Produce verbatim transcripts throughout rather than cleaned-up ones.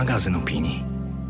magazyn opinii.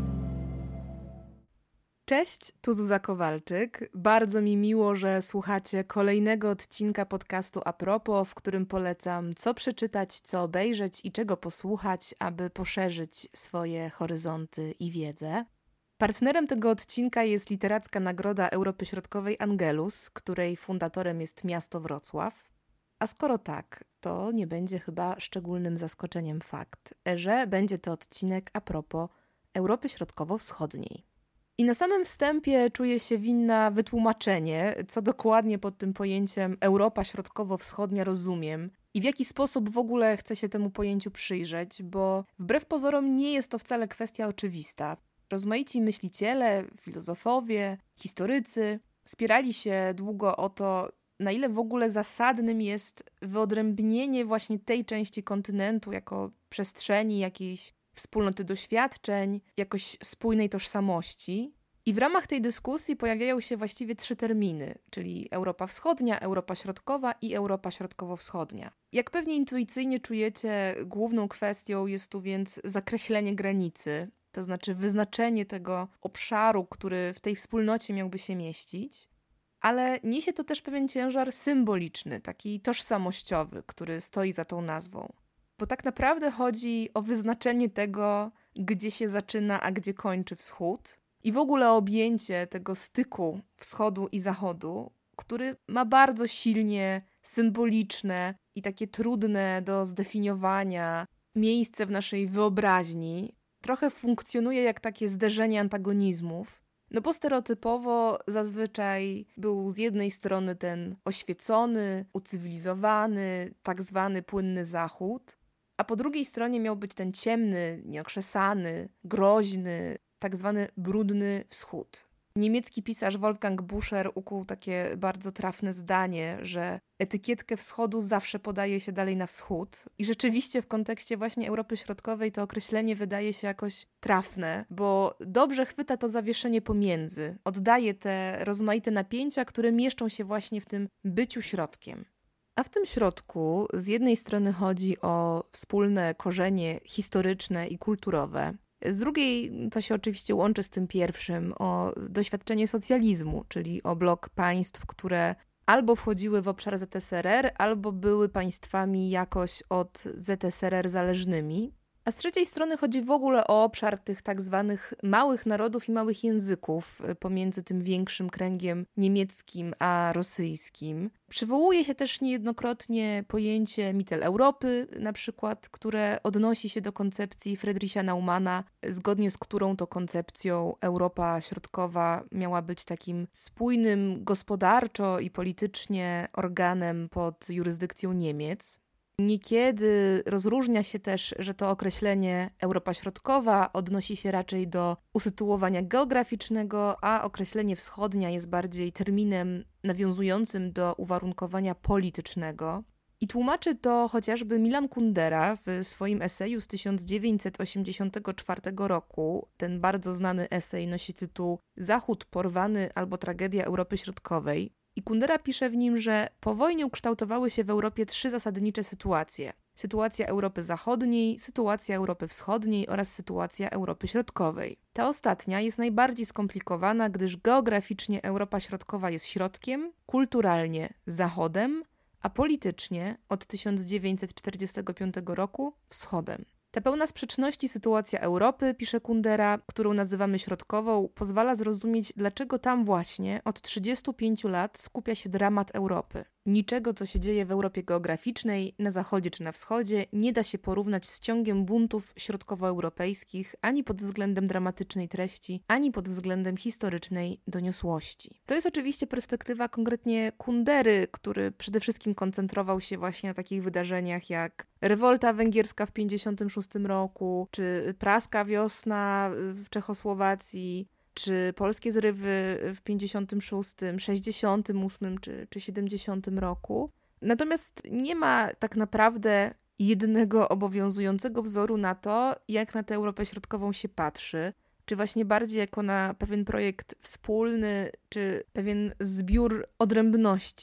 Cześć, tu Zuza Kowalczyk. Bardzo mi miło, że słuchacie kolejnego odcinka podcastu A propos, w którym polecam co przeczytać, co obejrzeć i czego posłuchać, aby poszerzyć swoje horyzonty i wiedzę. Partnerem tego odcinka jest Literacka Nagroda Europy Środkowej Angelus, której fundatorem jest miasto Wrocław. A skoro tak, to nie będzie chyba szczególnym zaskoczeniem fakt, że będzie to odcinek a propos Europy Środkowo-Wschodniej. I na samym wstępie czuję się winna wytłumaczenie, co dokładnie pod tym pojęciem Europa Środkowo-Wschodnia rozumiem i w jaki sposób w ogóle chcę się temu pojęciu przyjrzeć, bo wbrew pozorom nie jest to wcale kwestia oczywista. Rozmaici myśliciele, filozofowie, historycy spierali się długo o to, na ile w ogóle zasadnym jest wyodrębnienie właśnie tej części kontynentu jako przestrzeni jakiejś wspólnoty doświadczeń, jakoś spójnej tożsamości. I w ramach tej dyskusji pojawiają się właściwie trzy terminy, czyli Europa Wschodnia, Europa Środkowa i Europa Środkowo-Wschodnia. Jak pewnie intuicyjnie czujecie, główną kwestią jest tu więc zakreślenie granicy, to znaczy wyznaczenie tego obszaru, który w tej wspólnocie miałby się mieścić. Ale niesie to też pewien ciężar symboliczny, taki tożsamościowy, który stoi za tą nazwą. Bo tak naprawdę chodzi o wyznaczenie tego, gdzie się zaczyna, a gdzie kończy wschód i w ogóle o objęcie tego styku wschodu i zachodu, który ma bardzo silnie symboliczne i takie trudne do zdefiniowania miejsce w naszej wyobraźni. Trochę funkcjonuje jak takie zderzenie antagonizmów. No bo stereotypowo zazwyczaj był z jednej strony ten oświecony, ucywilizowany, tak zwany płynny zachód, a po drugiej stronie miał być ten ciemny, nieokrzesany, groźny, tak zwany brudny wschód. Niemiecki pisarz Wolfgang Buscher ukuł takie bardzo trafne zdanie, że etykietkę wschodu zawsze podaje się dalej na wschód. I rzeczywiście w kontekście właśnie Europy Środkowej to określenie wydaje się jakoś trafne, bo dobrze chwyta to zawieszenie pomiędzy. Oddaje te rozmaite napięcia, które mieszczą się właśnie w tym byciu środkiem. A w tym środku z jednej strony chodzi o wspólne korzenie historyczne i kulturowe, z drugiej, co się oczywiście łączy z tym pierwszym, o doświadczenie socjalizmu, czyli o blok państw, które albo wchodziły w obszar Z S R R, albo były państwami jakoś od Z S R R zależnymi. A z trzeciej strony chodzi w ogóle o obszar tych tak zwanych małych narodów i małych języków pomiędzy tym większym kręgiem niemieckim a rosyjskim. Przywołuje się też niejednokrotnie pojęcie Mitteleuropy, na przykład, które odnosi się do koncepcji Friedricha Naumana, zgodnie z którą to koncepcją Europa Środkowa miała być takim spójnym gospodarczo i politycznie organem pod jurysdykcją Niemiec. Niekiedy rozróżnia się też, że to określenie Europa Środkowa odnosi się raczej do usytuowania geograficznego, a określenie wschodnia jest bardziej terminem nawiązującym do uwarunkowania politycznego. I tłumaczy to chociażby Milan Kundera w swoim eseju z tysiąc dziewięćset osiemdziesiątego czwartego roku. Ten bardzo znany esej nosi tytuł Zachód porwany albo tragedia Europy Środkowej. I Kundera pisze w nim, że po wojnie ukształtowały się w Europie trzy zasadnicze sytuacje. Sytuacja Europy Zachodniej, sytuacja Europy Wschodniej oraz sytuacja Europy Środkowej. Ta ostatnia jest najbardziej skomplikowana, gdyż geograficznie Europa Środkowa jest środkiem, kulturalnie zachodem, a politycznie od tysiąc dziewięćset czterdziestego piątego roku wschodem. Ta pełna sprzeczności sytuacja Europy, pisze Kundera, którą nazywamy środkową, pozwala zrozumieć, dlaczego tam właśnie od trzydziestu pięciu lat skupia się dramat Europy. Niczego, co się dzieje w Europie geograficznej, na zachodzie czy na wschodzie, nie da się porównać z ciągiem buntów środkowoeuropejskich ani pod względem dramatycznej treści, ani pod względem historycznej doniosłości. To jest oczywiście perspektywa konkretnie Kundery, który przede wszystkim koncentrował się właśnie na takich wydarzeniach jak rewolta węgierska w pięćdziesiątym szóstym roku, czy praska wiosna w Czechosłowacji, czy polskie zrywy w pięćdziesiątym szóstym, sześćdziesiątym ósmym czy, czy siedemdziesiątym roku. Natomiast nie ma tak naprawdę jednego obowiązującego wzoru na to, jak na tę Europę Środkową się patrzy. Czy właśnie bardziej jako na pewien projekt wspólny, czy pewien zbiór odrębności.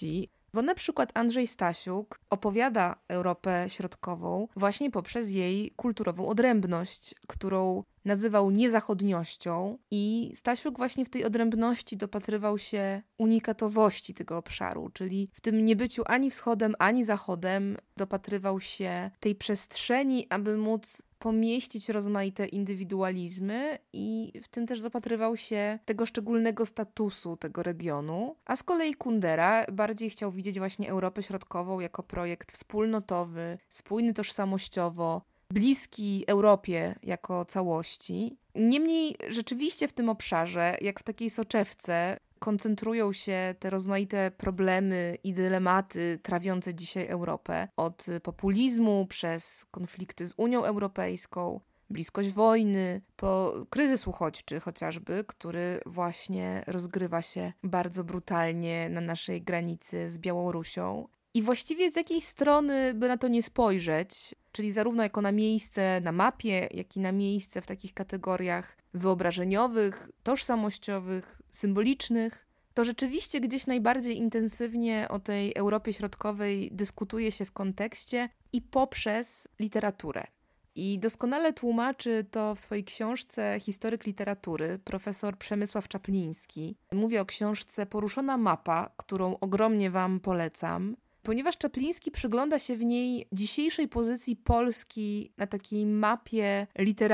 Bo na przykład Andrzej Stasiuk opowiada Europę Środkową właśnie poprzez jej kulturową odrębność, którą nazywał niezachodniością, i Stasiuk właśnie w tej odrębności dopatrywał się unikatowości tego obszaru, czyli w tym niebyciu ani wschodem, ani zachodem dopatrywał się tej przestrzeni, aby móc pomieścić rozmaite indywidualizmy, i w tym też zapatrywał się tego szczególnego statusu tego regionu. A z kolei Kundera bardziej chciał widzieć właśnie Europę Środkową jako projekt wspólnotowy, spójny tożsamościowo, bliski Europie jako całości. Niemniej rzeczywiście w tym obszarze, jak w takiej soczewce, koncentrują się te rozmaite problemy i dylematy trawiące dzisiaj Europę. Od populizmu przez konflikty z Unią Europejską, bliskość wojny, po kryzys uchodźczy chociażby, który właśnie rozgrywa się bardzo brutalnie na naszej granicy z Białorusią. I właściwie z jakiej strony by na to nie spojrzeć, czyli zarówno jako na miejsce na mapie, jak i na miejsce w takich kategoriach wyobrażeniowych, tożsamościowych, symbolicznych, to rzeczywiście gdzieś najbardziej intensywnie o tej Europie Środkowej dyskutuje się w kontekście i poprzez literaturę. I doskonale tłumaczy to w swojej książce Historyk literatury profesor Przemysław Czapliński. Mówię o książce Poruszona mapa, którą ogromnie wam polecam, ponieważ Czapliński przygląda się w niej dzisiejszej pozycji Polski na takiej mapie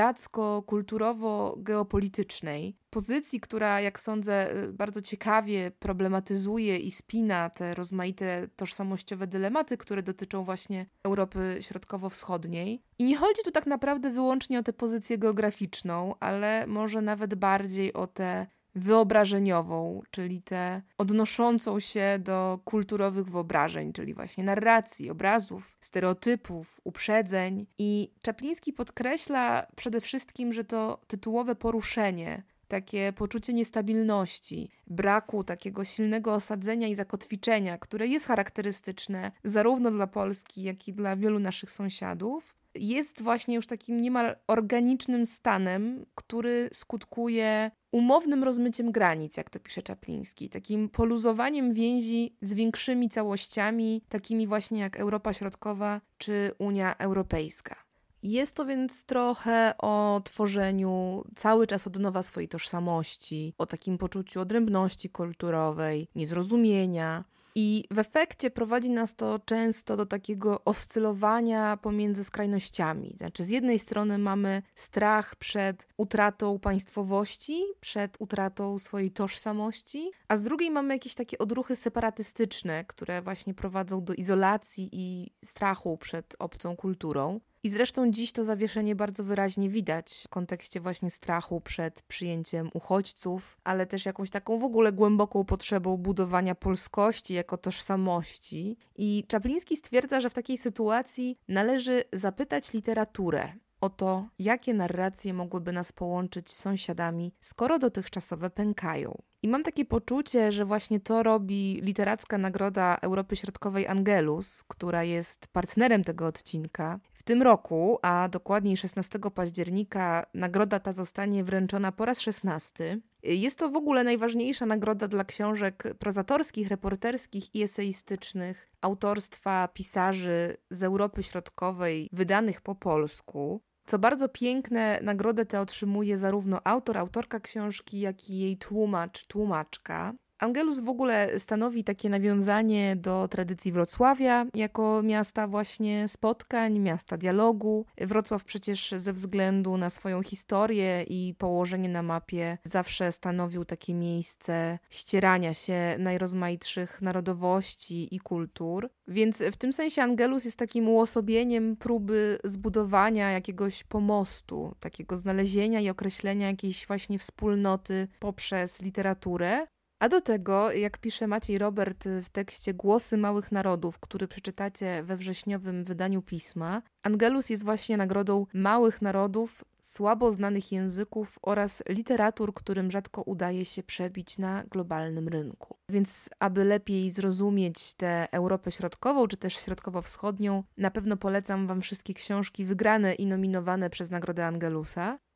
literacko-kulturowo-geopolitycznej. Pozycji, która, jak sądzę, bardzo ciekawie problematyzuje i spina te rozmaite tożsamościowe dylematy, które dotyczą właśnie Europy Środkowo-Wschodniej. I nie chodzi tu tak naprawdę wyłącznie o tę pozycję geograficzną, ale może nawet bardziej o tę wyobrażeniową, czyli tę odnoszącą się do kulturowych wyobrażeń, czyli właśnie narracji, obrazów, stereotypów, uprzedzeń. I Czapliński podkreśla przede wszystkim, że to tytułowe poruszenie, takie poczucie niestabilności, braku takiego silnego osadzenia i zakotwiczenia, które jest charakterystyczne zarówno dla Polski, jak i dla wielu naszych sąsiadów, jest właśnie już takim niemal organicznym stanem, który skutkuje umownym rozmyciem granic, jak to pisze Czapliński, takim poluzowaniem więzi z większymi całościami, takimi właśnie jak Europa Środkowa czy Unia Europejska. Jest to więc trochę o tworzeniu cały czas od nowa swojej tożsamości, o takim poczuciu odrębności kulturowej, niezrozumienia. I w efekcie prowadzi nas to często do takiego oscylowania pomiędzy skrajnościami. Znaczy, z jednej strony mamy strach przed utratą państwowości, przed utratą swojej tożsamości, a z drugiej mamy jakieś takie odruchy separatystyczne, które właśnie prowadzą do izolacji i strachu przed obcą kulturą. I zresztą dziś to zawieszenie bardzo wyraźnie widać w kontekście właśnie strachu przed przyjęciem uchodźców, ale też jakąś taką w ogóle głęboką potrzebą budowania polskości jako tożsamości. I Czapliński stwierdza, że w takiej sytuacji należy zapytać literaturę o to, jakie narracje mogłyby nas połączyć z sąsiadami, skoro dotychczasowe pękają. I mam takie poczucie, że właśnie to robi Literacka Nagroda Europy Środkowej Angelus, która jest partnerem tego odcinka. W tym roku, a dokładniej szesnastego października, nagroda ta zostanie wręczona po raz szesnasty. Jest to w ogóle najważniejsza nagroda dla książek prozatorskich, reporterskich i eseistycznych autorstwa pisarzy z Europy Środkowej, wydanych po polsku. Co bardzo piękne, nagrodę tę otrzymuje zarówno autor, autorka książki, jak i jej tłumacz, tłumaczka. Angelus w ogóle stanowi takie nawiązanie do tradycji Wrocławia jako miasta właśnie spotkań, miasta dialogu. Wrocław przecież ze względu na swoją historię i położenie na mapie zawsze stanowił takie miejsce ścierania się najrozmaitszych narodowości i kultur. Więc w tym sensie Angelus jest takim uosobieniem próby zbudowania jakiegoś pomostu, takiego znalezienia i określenia jakiejś właśnie wspólnoty poprzez literaturę. A do tego, jak pisze Maciej Robert w tekście Głosy Małych Narodów, który przeczytacie we wrześniowym wydaniu pisma, Angelus jest właśnie nagrodą małych narodów, słabo znanych języków oraz literatur, którym rzadko udaje się przebić na globalnym rynku. Więc aby lepiej zrozumieć tę Europę Środkową, czy też Środkowo-Wschodnią, na pewno polecam wam wszystkie książki wygrane i nominowane przez Nagrodę Angelusa.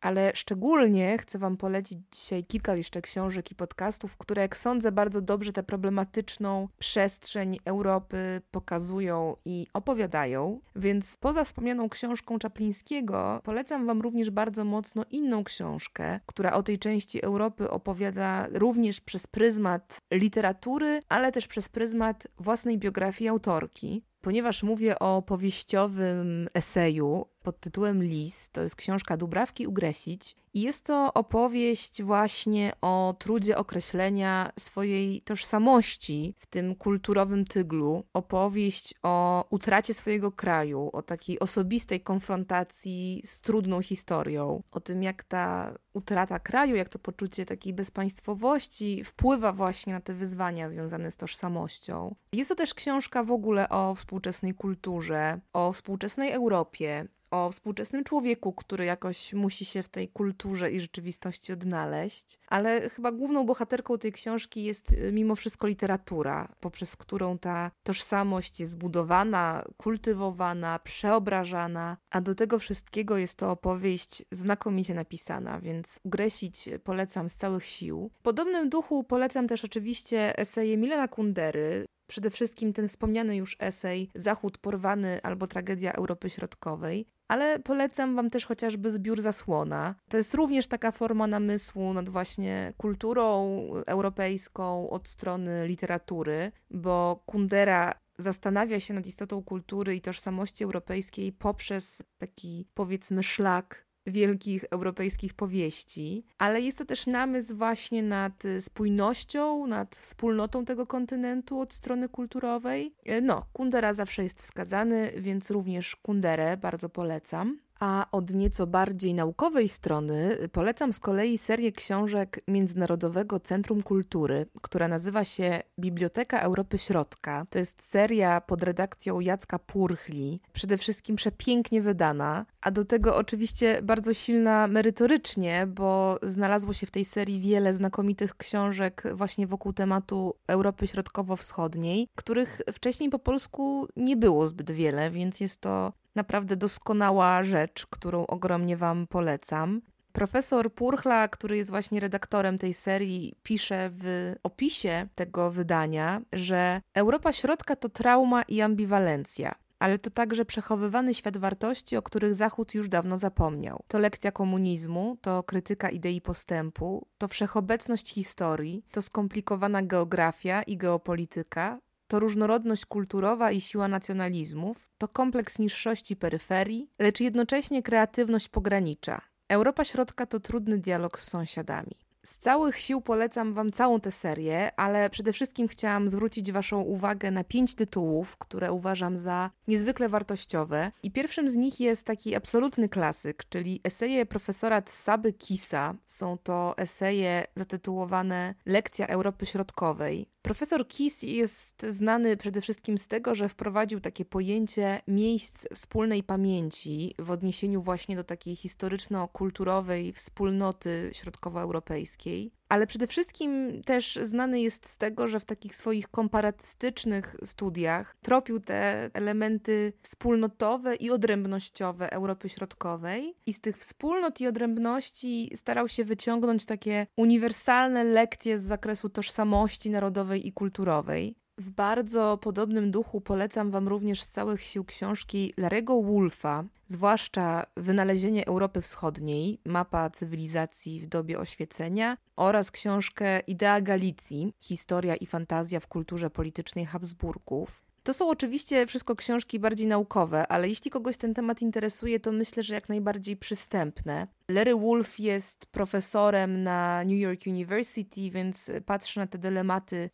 Ale szczególnie chcę Wam polecić dzisiaj kilka jeszcze książek i podcastów, które, jak sądzę, bardzo dobrze tę problematyczną przestrzeń Europy pokazują i opowiadają. Więc poza wspomnianą książką Czaplińskiego polecam Wam również bardzo mocno inną książkę, która o tej części Europy opowiada również przez pryzmat literatury, ale też przez pryzmat własnej biografii autorki. Ponieważ mówię o powieściowym eseju pod tytułem Lis, to jest książka Dubrawki Ugresić i jest to opowieść właśnie o trudzie określenia swojej tożsamości w tym kulturowym tyglu, opowieść o utracie swojego kraju, o takiej osobistej konfrontacji z trudną historią, o tym jak ta utrata kraju, jak to poczucie takiej bezpaństwowości wpływa właśnie na te wyzwania związane z tożsamością. Jest to też książka w ogóle o współczesnej kulturze, o współczesnej Europie, o współczesnym człowieku, który jakoś musi się w tej kulturze i rzeczywistości odnaleźć. Ale chyba główną bohaterką tej książki jest mimo wszystko literatura, poprzez którą ta tożsamość jest budowana, kultywowana, przeobrażana, a do tego wszystkiego jest to opowieść znakomicie napisana, więc Ugresić polecam z całych sił. W podobnym duchu polecam też oczywiście eseje Milana Kundery, przede wszystkim ten wspomniany już esej Zachód porwany albo Tragedia Europy Środkowej, ale polecam Wam też chociażby zbiór Zasłona. To jest również taka forma namysłu nad właśnie kulturą europejską od strony literatury, bo Kundera zastanawia się nad istotą kultury i tożsamości europejskiej poprzez taki, powiedzmy, szlak wielkich europejskich powieści, ale jest to też namysł właśnie nad spójnością, nad wspólnotą tego kontynentu od strony kulturowej. No, Kundera zawsze jest wskazany, więc również Kunderę bardzo polecam. A od nieco bardziej naukowej strony polecam z kolei serię książek Międzynarodowego Centrum Kultury, która nazywa się Biblioteka Europy Środka. To jest seria pod redakcją Jacka Purchli, przede wszystkim przepięknie wydana, a do tego oczywiście bardzo silna merytorycznie, bo znalazło się w tej serii wiele znakomitych książek właśnie wokół tematu Europy Środkowo-Wschodniej, których wcześniej po polsku nie było zbyt wiele, więc jest to naprawdę doskonała rzecz, którą ogromnie Wam polecam. Profesor Purchla, który jest właśnie redaktorem tej serii, pisze w opisie tego wydania, że Europa Środka to trauma i ambiwalencja, ale to także przechowywany świat wartości, o których Zachód już dawno zapomniał. To lekcja komunizmu, to krytyka idei postępu, to wszechobecność historii, to skomplikowana geografia i geopolityka, to różnorodność kulturowa i siła nacjonalizmów, to kompleks niższości peryferii, lecz jednocześnie kreatywność pogranicza. Europa Środka to trudny dialog z sąsiadami. Z całych sił polecam Wam całą tę serię, ale przede wszystkim chciałam zwrócić Waszą uwagę na pięć tytułów, które uważam za niezwykle wartościowe. I pierwszym z nich jest taki absolutny klasyk, czyli eseje profesora Tsaby Kisa. Są to eseje zatytułowane Lekcja Europy Środkowej. Profesor Kis jest znany przede wszystkim z tego, że wprowadził takie pojęcie miejsc wspólnej pamięci w odniesieniu właśnie do takiej historyczno-kulturowej wspólnoty środkowoeuropejskiej. Ale przede wszystkim też znany jest z tego, że w takich swoich komparatystycznych studiach tropił te elementy wspólnotowe i odrębnościowe Europy Środkowej i z tych wspólnot i odrębności starał się wyciągnąć takie uniwersalne lekcje z zakresu tożsamości narodowej i kulturowej. W bardzo podobnym duchu polecam Wam również z całych sił książki Larry'ego Wolfa, zwłaszcza Wynalezienie Europy Wschodniej, mapa cywilizacji w dobie oświecenia, oraz książkę Idea Galicji, historia i fantazja w kulturze politycznej Habsburgów. To są oczywiście wszystko książki bardziej naukowe, ale jeśli kogoś ten temat interesuje, to myślę, że jak najbardziej przystępne. Larry Wolf jest profesorem na New York University, więc patrzy na te dylematy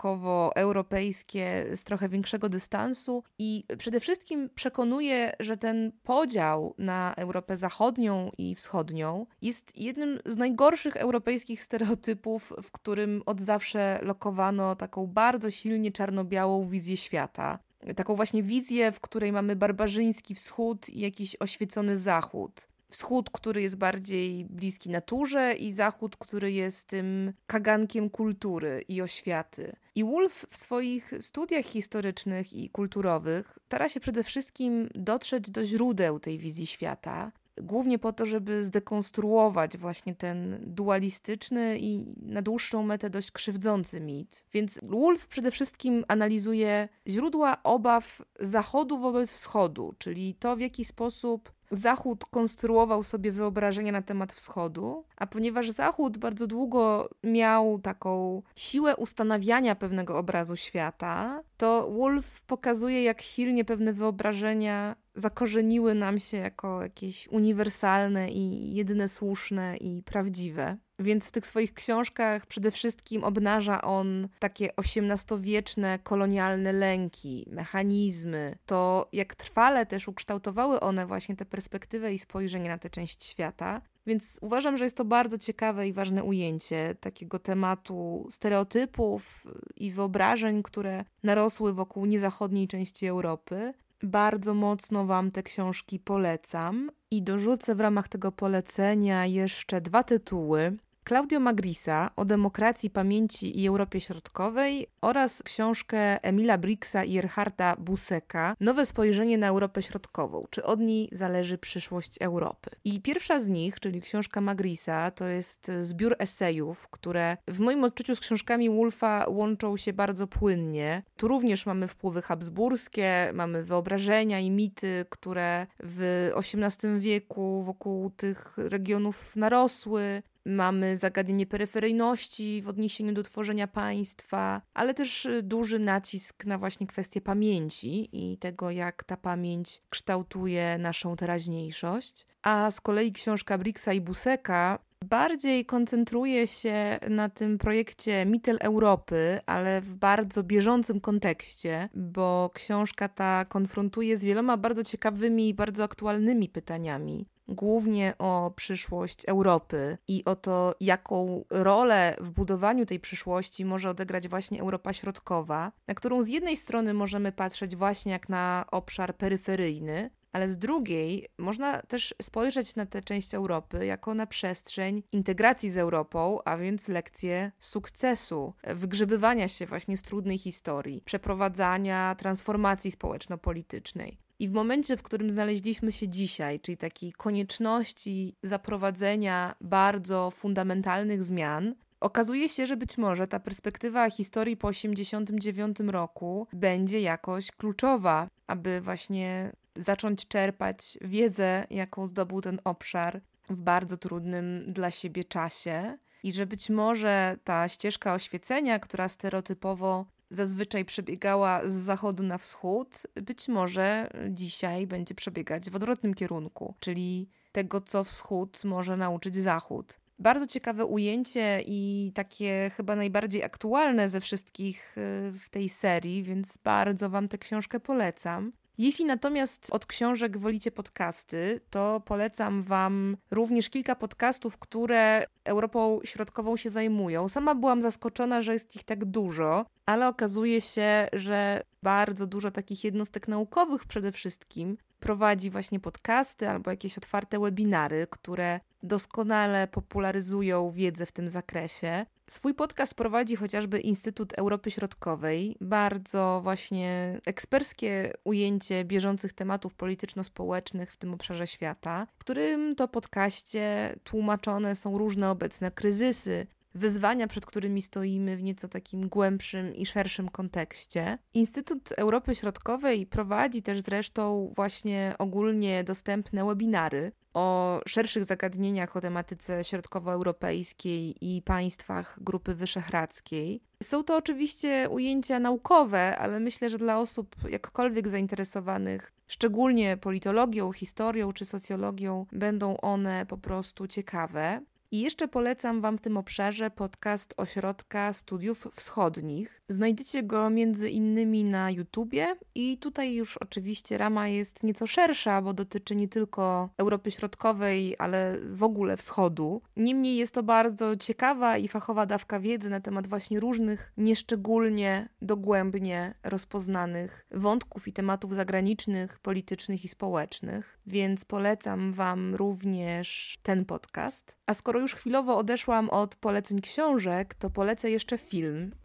środkowoeuropejskie z trochę większego dystansu i przede wszystkim przekonuje, że ten podział na Europę Zachodnią i Wschodnią jest jednym z najgorszych europejskich stereotypów, w którym od zawsze lokowano taką bardzo silnie czarno-białą wizję świata. Taką właśnie wizję, w której mamy barbarzyński wschód i jakiś oświecony zachód. Wschód, który jest bardziej bliski naturze i zachód, który jest tym kagankiem kultury i oświaty. I Wolf w swoich studiach historycznych i kulturowych stara się przede wszystkim dotrzeć do źródeł tej wizji świata głównie po to, żeby zdekonstruować właśnie ten dualistyczny i na dłuższą metę dość krzywdzący mit. Więc Woolf przede wszystkim analizuje źródła obaw Zachodu wobec Wschodu, czyli to, w jaki sposób Zachód konstruował sobie wyobrażenia na temat Wschodu, a ponieważ Zachód bardzo długo miał taką siłę ustanawiania pewnego obrazu świata, to Woolf pokazuje, jak silnie pewne wyobrażenia zakorzeniły nam się jako jakieś uniwersalne i jedyne słuszne i prawdziwe. Więc w tych swoich książkach przede wszystkim obnaża on takie osiemnastowieczne, kolonialne lęki, mechanizmy, to jak trwale też ukształtowały one właśnie tę perspektywę i spojrzenie na tę część świata. Więc uważam, że jest to bardzo ciekawe i ważne ujęcie takiego tematu stereotypów i wyobrażeń, które narosły wokół niezachodniej części Europy. Bardzo mocno Wam te książki polecam i dorzucę w ramach tego polecenia jeszcze dwa tytuły. Claudio Magrisa o demokracji, pamięci i Europie Środkowej oraz książkę Emila Brixa i Erharda Buseka Nowe spojrzenie na Europę Środkową. Czy od niej zależy przyszłość Europy? I pierwsza z nich, czyli książka Magrisa, to jest zbiór esejów, które w moim odczuciu z książkami Woolfa łączą się bardzo płynnie. Tu również mamy wpływy habsburskie, mamy wyobrażenia i mity, które w osiemnastym wieku wokół tych regionów narosły. Mamy zagadnienie peryferyjności w odniesieniu do tworzenia państwa, ale też duży nacisk na właśnie kwestię pamięci i tego, jak ta pamięć kształtuje naszą teraźniejszość. A z kolei książka Brixa i Buseka bardziej koncentruje się na tym projekcie Mittel Europy, ale w bardzo bieżącym kontekście, bo książka ta konfrontuje z wieloma bardzo ciekawymi i bardzo aktualnymi pytaniami. Głównie o przyszłość Europy i o to, jaką rolę w budowaniu tej przyszłości może odegrać właśnie Europa Środkowa, na którą z jednej strony możemy patrzeć właśnie jak na obszar peryferyjny, ale z drugiej można też spojrzeć na tę część Europy jako na przestrzeń integracji z Europą, a więc lekcję sukcesu, wygrzebywania się właśnie z trudnej historii, przeprowadzania transformacji społeczno-politycznej. I w momencie, w którym znaleźliśmy się dzisiaj, czyli takiej konieczności zaprowadzenia bardzo fundamentalnych zmian, okazuje się, że być może ta perspektywa historii po osiemdziesiątym dziewiątym roku będzie jakoś kluczowa, aby właśnie zacząć czerpać wiedzę, jaką zdobył ten obszar w bardzo trudnym dla siebie czasie i że być może ta ścieżka oświecenia, która stereotypowo zazwyczaj przebiegała z zachodu na wschód, być może dzisiaj będzie przebiegać w odwrotnym kierunku, czyli tego, co wschód może nauczyć zachód. Bardzo ciekawe ujęcie i takie chyba najbardziej aktualne ze wszystkich w tej serii, więc bardzo Wam tę książkę polecam. Jeśli natomiast od książek wolicie podcasty, to polecam Wam również kilka podcastów, które Europą Środkową się zajmują. Sama byłam zaskoczona, że jest ich tak dużo, ale okazuje się, że bardzo dużo takich jednostek naukowych przede wszystkim prowadzi właśnie podcasty albo jakieś otwarte webinary, które doskonale popularyzują wiedzę w tym zakresie. Swój podcast prowadzi chociażby Instytut Europy Środkowej, bardzo właśnie eksperckie ujęcie bieżących tematów polityczno-społecznych w tym obszarze świata, w którym to podcaście tłumaczone są różne obecne kryzysy, wyzwania, przed którymi stoimy w nieco takim głębszym i szerszym kontekście. Instytut Europy Środkowej prowadzi też zresztą właśnie ogólnie dostępne webinary o szerszych zagadnieniach o tematyce środkowoeuropejskiej i państwach Grupy Wyszehradzkiej. Są to oczywiście ujęcia naukowe, ale myślę, że dla osób jakkolwiek zainteresowanych, szczególnie politologią, historią czy socjologią, będą one po prostu ciekawe. I jeszcze polecam Wam w tym obszarze podcast Ośrodka Studiów Wschodnich. Znajdziecie go między innymi na YouTubie i tutaj już oczywiście rama jest nieco szersza, bo dotyczy nie tylko Europy Środkowej, ale w ogóle Wschodu. Niemniej jest to bardzo ciekawa i fachowa dawka wiedzy na temat właśnie różnych, nieszczególnie dogłębnie rozpoznanych wątków i tematów zagranicznych, politycznych i społecznych. Więc polecam Wam również ten podcast. A skoro już chwilowo odeszłam od poleceń książek, to polecę jeszcze film.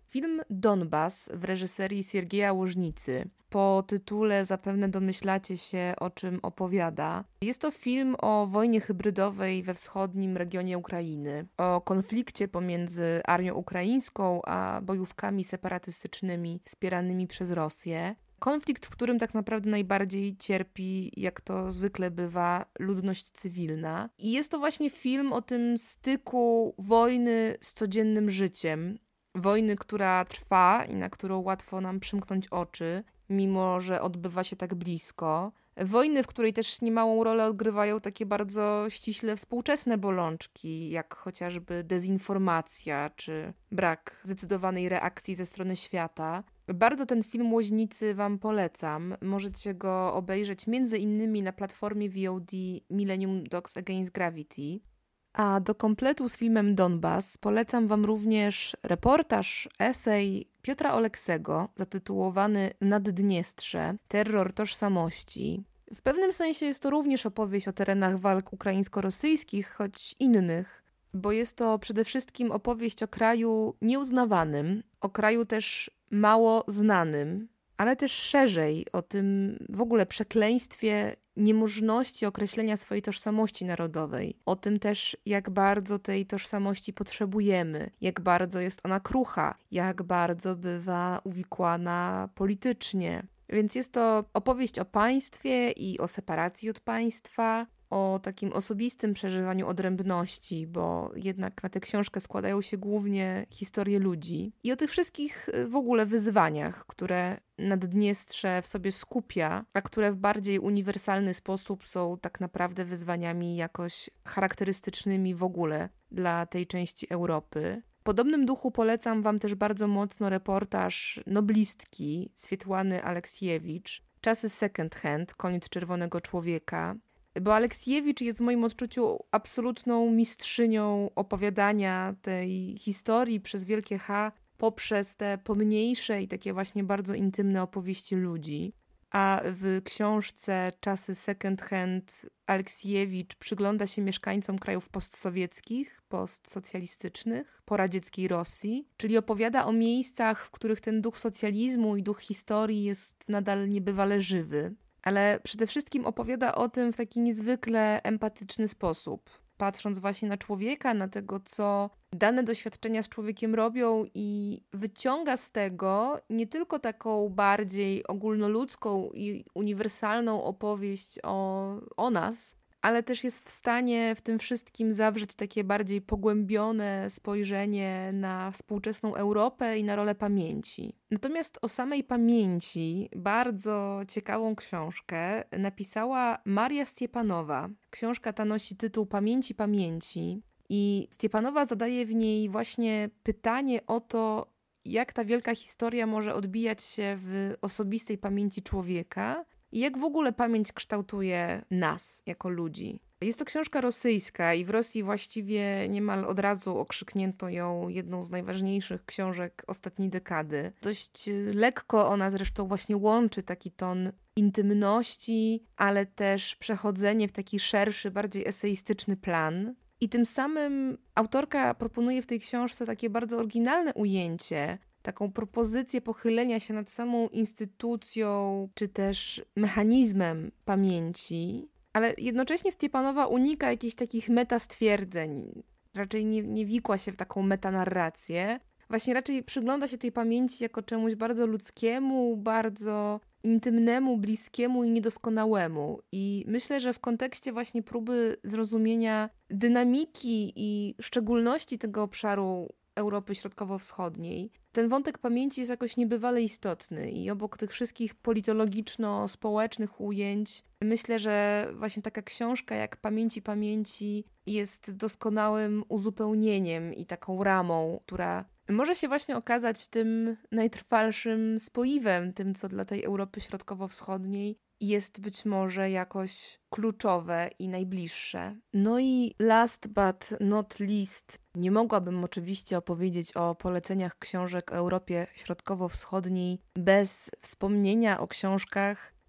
Film Donbas w reżyserii Siergieja Łożnicy. Po tytule zapewne domyślacie się, o czym opowiada. Jest to film o wojnie hybrydowej we wschodnim regionie Ukrainy, o konflikcie pomiędzy armią ukraińską a bojówkami separatystycznymi wspieranymi przez Rosję. Konflikt, w którym tak naprawdę najbardziej cierpi, jak to zwykle bywa, ludność cywilna. I jest to właśnie film o tym styku wojny z codziennym życiem. Wojny, która trwa i na którą łatwo nam przymknąć oczy, mimo że odbywa się tak blisko. Wojny, w której też niemałą rolę odgrywają takie bardzo ściśle współczesne bolączki, jak chociażby dezinformacja czy brak zdecydowanej reakcji ze strony świata. Bardzo ten film Łożnicy wam polecam. Możecie go obejrzeć między innymi na platformie V O D Millennium Dogs Against Gravity. A do kompletu z filmem Donbas polecam wam również reportaż, esej Piotra Oleksego zatytułowany Naddniestrze – Terror tożsamości. W pewnym sensie jest to również opowieść o terenach walk ukraińsko-rosyjskich, choć innych, bo jest to przede wszystkim opowieść o kraju nieuznawanym, o kraju też mało znanym, ale też szerzej o tym w ogóle przekleństwie niemożności określenia swojej tożsamości narodowej. O tym też, jak bardzo tej tożsamości potrzebujemy, jak bardzo jest ona krucha, jak bardzo bywa uwikłana politycznie. Więc jest to opowieść o państwie i o separacji od państwa, o takim osobistym przeżywaniu odrębności, bo jednak na tę książkę składają się głównie historie ludzi i o tych wszystkich w ogóle wyzwaniach, które Naddniestrze w sobie skupia, a które w bardziej uniwersalny sposób są tak naprawdę wyzwaniami jakoś charakterystycznymi w ogóle dla tej części Europy. W podobnym duchu polecam wam też bardzo mocno reportaż noblistki Swietłany Aleksiewicz, Czasy second hand, Koniec czerwonego człowieka, bo Aleksiewicz jest w moim odczuciu absolutną mistrzynią opowiadania tej historii przez wielkie H poprzez te pomniejsze i takie właśnie bardzo intymne opowieści ludzi. A w książce Czasy second hand Aleksiewicz przygląda się mieszkańcom krajów postsowieckich, postsocjalistycznych, poradzieckiej Rosji, czyli opowiada o miejscach, w których ten duch socjalizmu i duch historii jest nadal niebywale żywy. Ale przede wszystkim opowiada o tym w taki niezwykle empatyczny sposób, patrząc właśnie na człowieka, na tego, co dane doświadczenia z człowiekiem robią i wyciąga z tego nie tylko taką bardziej ogólnoludzką i uniwersalną opowieść o, o nas, ale też jest w stanie w tym wszystkim zawrzeć takie bardziej pogłębione spojrzenie na współczesną Europę i na rolę pamięci. Natomiast o samej pamięci bardzo ciekawą książkę napisała Maria Stepanowa. Książka ta nosi tytuł Pamięci pamięci i Stepanowa zadaje w niej właśnie pytanie o to, jak ta wielka historia może odbijać się w osobistej pamięci człowieka i jak w ogóle pamięć kształtuje nas jako ludzi. Jest to książka rosyjska i w Rosji właściwie niemal od razu okrzyknięto ją jedną z najważniejszych książek ostatniej dekady. Dość lekko ona zresztą właśnie łączy taki ton intymności, ale też przechodzenie w taki szerszy, bardziej eseistyczny plan. I tym samym autorka proponuje w tej książce takie bardzo oryginalne ujęcie, taką propozycję pochylenia się nad samą instytucją, czy też mechanizmem pamięci, ale jednocześnie Stepanowa unika jakichś takich metastwierdzeń, raczej nie, nie wikła się w taką metanarrację, właśnie raczej przygląda się tej pamięci jako czemuś bardzo ludzkiemu, bardzo intymnemu, bliskiemu i niedoskonałemu. I myślę, że w kontekście właśnie próby zrozumienia dynamiki i szczególności tego obszaru Europy Środkowo-Wschodniej, ten wątek pamięci jest jakoś niebywale istotny i obok tych wszystkich politologiczno-społecznych ujęć myślę, że właśnie taka książka jak Pamięci pamięci jest doskonałym uzupełnieniem i taką ramą, która może się właśnie okazać tym najtrwalszym spoiwem, tym co dla tej Europy Środkowo-Wschodniej jest być może jakoś kluczowe i najbliższe. No i last but not least, nie mogłabym oczywiście opowiedzieć o poleceniach książek o Europie Środkowo-Wschodniej bez wspomnienia o książkach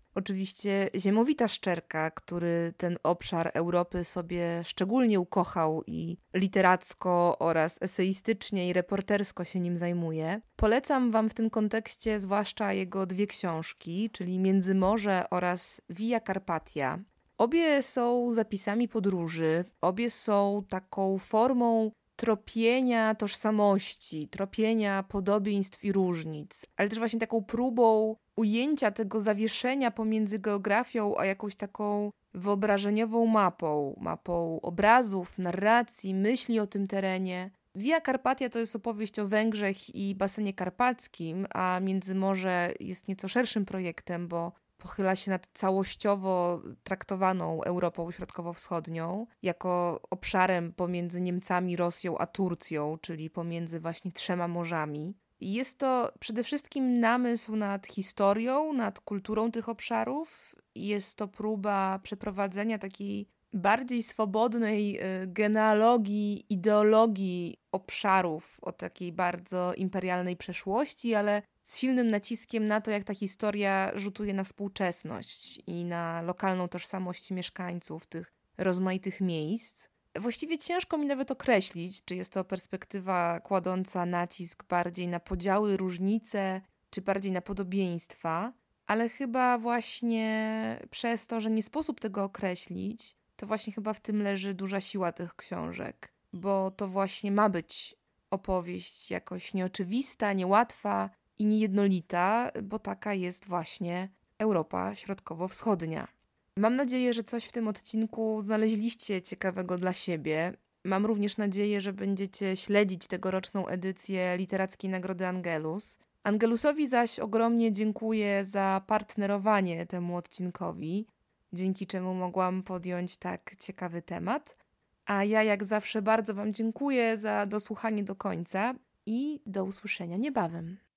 Oczywiście Ziemowita Szczerka, który ten obszar Europy sobie szczególnie ukochał i literacko oraz eseistycznie i reportersko się nim zajmuje. Polecam wam w tym kontekście zwłaszcza jego dwie książki, czyli Międzymorze oraz Via Carpatia. Obie są zapisami podróży, obie są taką formą tropienia tożsamości, tropienia podobieństw i różnic, ale też właśnie taką próbą ujęcia tego zawieszenia pomiędzy geografią a jakąś taką wyobrażeniową mapą, mapą obrazów, narracji, myśli o tym terenie. Via Carpatia to jest opowieść o Węgrzech i basenie karpackim, a Międzymorze jest nieco szerszym projektem, bo pochyla się nad całościowo traktowaną Europą Środkowo-Wschodnią jako obszarem pomiędzy Niemcami, Rosją a Turcją, czyli pomiędzy właśnie trzema morzami. I jest to przede wszystkim namysł nad historią, nad kulturą tych obszarów. Jest to próba przeprowadzenia takiej bardziej swobodnej y, genealogii, ideologii obszarów o takiej bardzo imperialnej przeszłości, ale z silnym naciskiem na to, jak ta historia rzutuje na współczesność i na lokalną tożsamość mieszkańców tych rozmaitych miejsc. Właściwie ciężko mi nawet określić, czy jest to perspektywa kładąca nacisk bardziej na podziały, różnice, czy bardziej na podobieństwa, ale chyba właśnie przez to, że nie sposób tego określić, to właśnie chyba w tym leży duża siła tych książek, bo to właśnie ma być opowieść jakoś nieoczywista, niełatwa i niejednolita, bo taka jest właśnie Europa Środkowo-Wschodnia. Mam nadzieję, że coś w tym odcinku znaleźliście ciekawego dla siebie. Mam również nadzieję, że będziecie śledzić tegoroczną edycję Literackiej Nagrody Angelus. Angelusowi zaś ogromnie dziękuję za partnerowanie temu odcinkowi, dzięki czemu mogłam podjąć tak ciekawy temat. A ja jak zawsze bardzo wam dziękuję za dosłuchanie do końca i do usłyszenia niebawem.